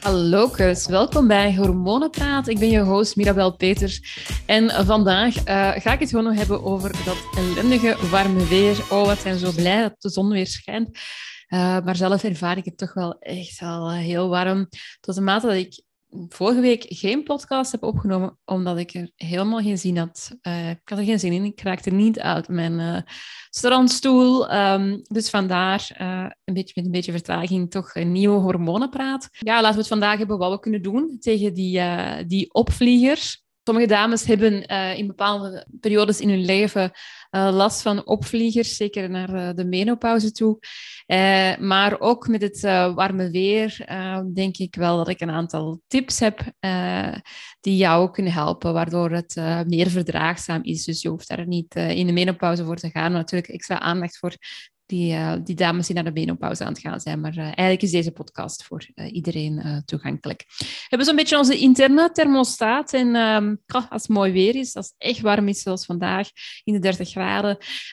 Hallo Kus, welkom bij Hormonenpraat. Ik ben je host Mirabel Peters en vandaag ga ik het gewoon nog hebben over dat ellendige warme weer. Oh, wat zijn we zo blij dat de zon weer schijnt. Maar zelf ervaar ik het toch wel echt al heel warm. Tot de mate dat ik vorige week geen podcast heb opgenomen, omdat ik er helemaal geen zin had. Ik had er geen zin in, ik raakte niet uit mijn strandstoel. Dus vandaar, met een beetje vertraging, toch een nieuwe hormonenpraat. Ja, laten we het vandaag hebben wat we kunnen doen tegen die opvliegers. Sommige dames hebben in bepaalde periodes in hun leven last van opvliegers, zeker naar de menopauze toe. Maar ook met het warme weer denk ik wel dat ik een aantal tips heb die jou kunnen helpen, waardoor het meer verdraagzaam is. Dus je hoeft daar niet in de menopauze voor te gaan. Maar natuurlijk extra aandacht voor die dames die naar de menopauze aan het gaan zijn. Maar eigenlijk is deze podcast voor iedereen toegankelijk. We hebben zo'n beetje onze interne thermostaat. En als het mooi weer is, als het echt warm is, zoals vandaag, in de 30 graden,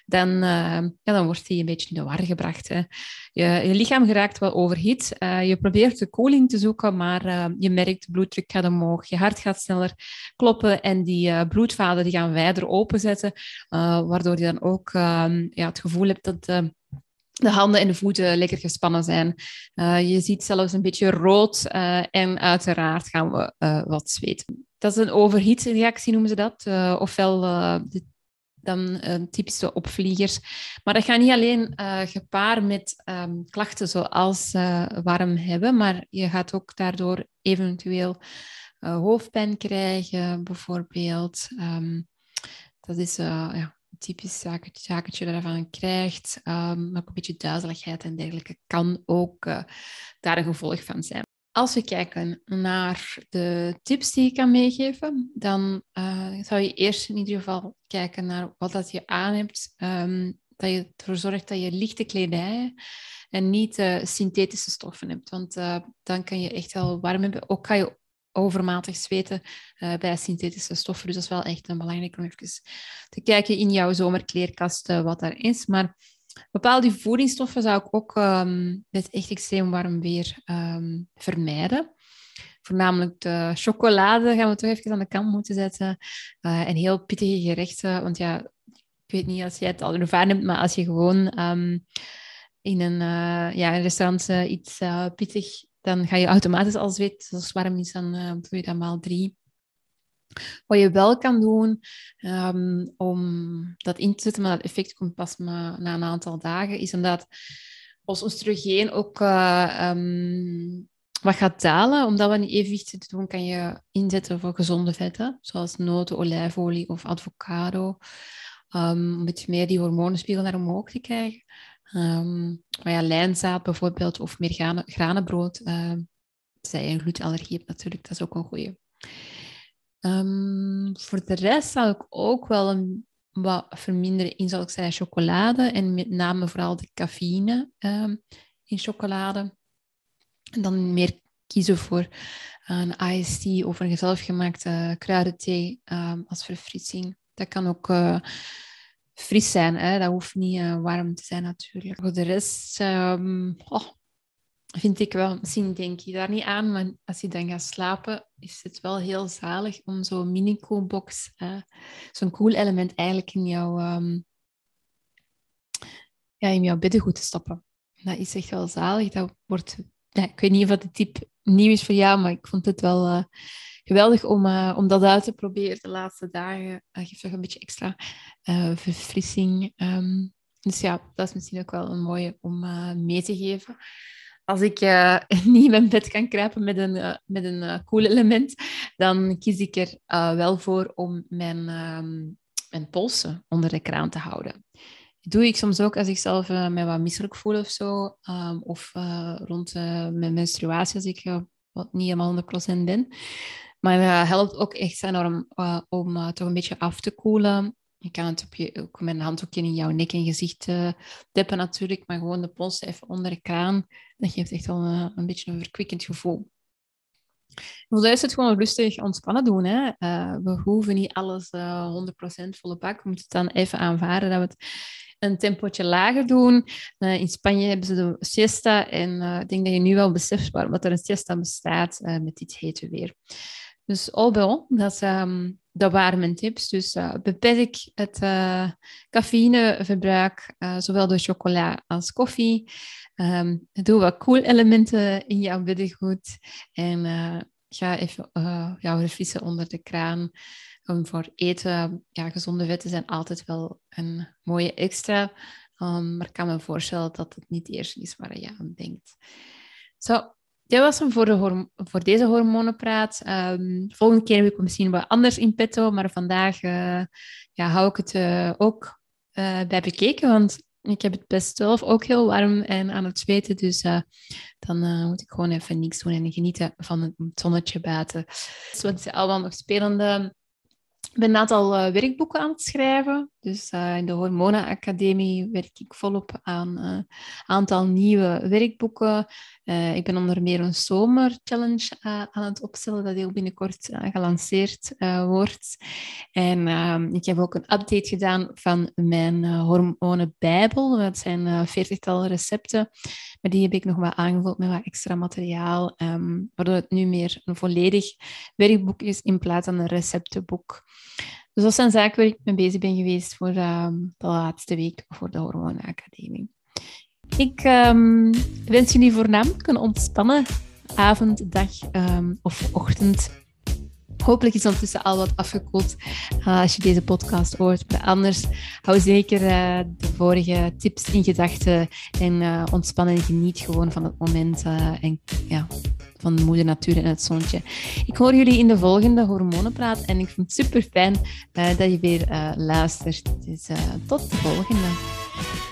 dan wordt die een beetje in de war gebracht. Hè. Je lichaam geraakt wel overhit. Je probeert de koeling te zoeken, maar je merkt, de bloeddruk gaat omhoog, je hart gaat sneller kloppen en die bloedvaten die gaan wijder openzetten, waardoor je dan ook het gevoel hebt dat de handen en de voeten lekker gespannen zijn. Je ziet zelfs een beetje rood en uiteraard gaan we wat zweten. Dat is een overhitreactie, noemen ze dat. Ofwel dan typische opvliegers. Maar dat gaat niet alleen gepaard met klachten zoals warm hebben, maar je gaat ook daardoor eventueel hoofdpijn krijgen, bijvoorbeeld. Dat is typisch zaketje dat je daarvan krijgt. Maar ook een beetje duizeligheid en dergelijke kan ook daar een gevolg van zijn. Als we kijken naar de tips die ik kan meegeven, dan zou je eerst in ieder geval kijken naar wat dat je aan hebt. Dat je ervoor zorgt dat je lichte kledij en niet synthetische stoffen hebt. Want dan kan je echt wel warm hebben. Ook ga je overmatig zweten bij synthetische stoffen. Dus dat is wel echt belangrijk om even te kijken in jouw zomerkleerkast wat daar is. Maar bepaalde voedingsstoffen zou ik ook met echt extreem warm weer vermijden. Voornamelijk de chocolade gaan we toch even aan de kant moeten zetten. En heel pittige gerechten. Want ja, ik weet niet als jij het al ervaren hebt, maar als je gewoon in een restaurant iets pittig, dan ga je automatisch al zweten. Als het warm is, dan doe je dat maal 3. Wat je wel kan doen om dat in te zetten, maar dat effect komt pas na een aantal dagen, is omdat ons oestrogeen ook wat gaat dalen. Om dat wat in evenwicht te doen, kan je inzetten voor gezonde vetten, zoals noten, olijfolie of avocado. Om een beetje meer die hormonenspiegel naar omhoog te krijgen. Maar ja, lijnzaad bijvoorbeeld, of meer granenbrood. Zij een glutenallergie hebt natuurlijk, dat is ook een goeie. Voor de rest zou ik ook wel wat verminderen in, zal ik zeggen, chocolade. En met name vooral de cafeïne in chocolade. En dan meer kiezen voor een iced tea of een zelfgemaakte kruidenthee als verfrissing. Dat kan ook fris zijn. Hè? Dat hoeft niet warm te zijn natuurlijk. Voor de rest vind ik wel, misschien denk je daar niet aan, maar als je dan gaat slapen, is het wel heel zalig om zo'n mini-coolbox, zo'n cool element eigenlijk in jouw beddengoed te stoppen. Dat is echt wel zalig. Dat wordt, ik weet niet of de tip nieuw is voor jou, maar ik vond het wel geweldig om dat uit te proberen de laatste dagen. Dat geeft toch een beetje extra verfrissing. Dus ja, dat is misschien ook wel een mooie om mee te geven. Als ik niet in mijn bed kan kruipen met een cool element, dan kies ik er wel voor om mijn polsen onder de kraan te houden. Dat doe ik soms ook als ik zelf me wat misselijk voel of zo. Of rond mijn menstruatie, als ik niet helemaal 100% ben. Maar het helpt ook echt enorm om toch een beetje af te koelen. Je kan het ook met een handdoekje in jouw nek en gezicht deppen natuurlijk, maar gewoon de polsen even onder de kraan. Dat geeft echt wel een beetje een verkwikkend gevoel. Voor de rest is het gewoon rustig ontspannen doen. Hè. We hoeven niet alles 100% volle bak. We moeten het dan even aanvaarden dat we het een tempootje lager doen. In Spanje hebben ze de siesta. En ik denk dat je nu wel beseft waarom dat er een siesta bestaat met dit hete weer. Dus al bij al, dat waren mijn tips. Dus beperk het cafeïneverbruik, zowel door chocola als koffie. Doe wat cool elementen in jouw beddengoed. En ga even jou verfrissen onder de kraan. Voor eten, ja, gezonde vetten zijn altijd wel een mooie extra. Maar ik kan me voorstellen dat het niet het eerste is waar je aan denkt. Zo, dit was hem voor deze hormonenpraat. Volgende keer heb ik misschien wat anders in petto, maar vandaag ja, hou ik het ook bij bekeken, want ik heb het best zelf ook heel warm en aan het zweten, dus dan moet ik gewoon even niks doen en genieten van het zonnetje buiten. Dus wat is allemaal nog spelende? Ik ben een aantal werkboeken aan het schrijven. Dus in de Hormonenacademie werk ik volop aan een aantal nieuwe werkboeken. Ik ben onder meer een zomerchallenge aan het opstellen, dat heel binnenkort gelanceerd wordt. En ik heb ook een update gedaan van mijn hormonenbijbel. Dat zijn 40-tal recepten. Maar die heb ik nog wat aangevuld met wat extra materiaal, waardoor het nu meer een volledig werkboek is in plaats van een receptenboek. Dus dat zijn zaken waar ik mee bezig ben geweest voor de laatste week voor de Hormonenacademie. Ik wens jullie voornamelijk een ontspannen avond, dag of ochtend. Hopelijk is ondertussen al wat afgekoeld als je deze podcast hoort. Maar anders hou zeker de vorige tips in gedachten en ontspan en geniet gewoon van het moment en ja, van de moeder natuur en het zonnetje. Ik hoor jullie in de volgende hormonenpraat en ik vind het super fijn dat je weer luistert. Dus tot de volgende.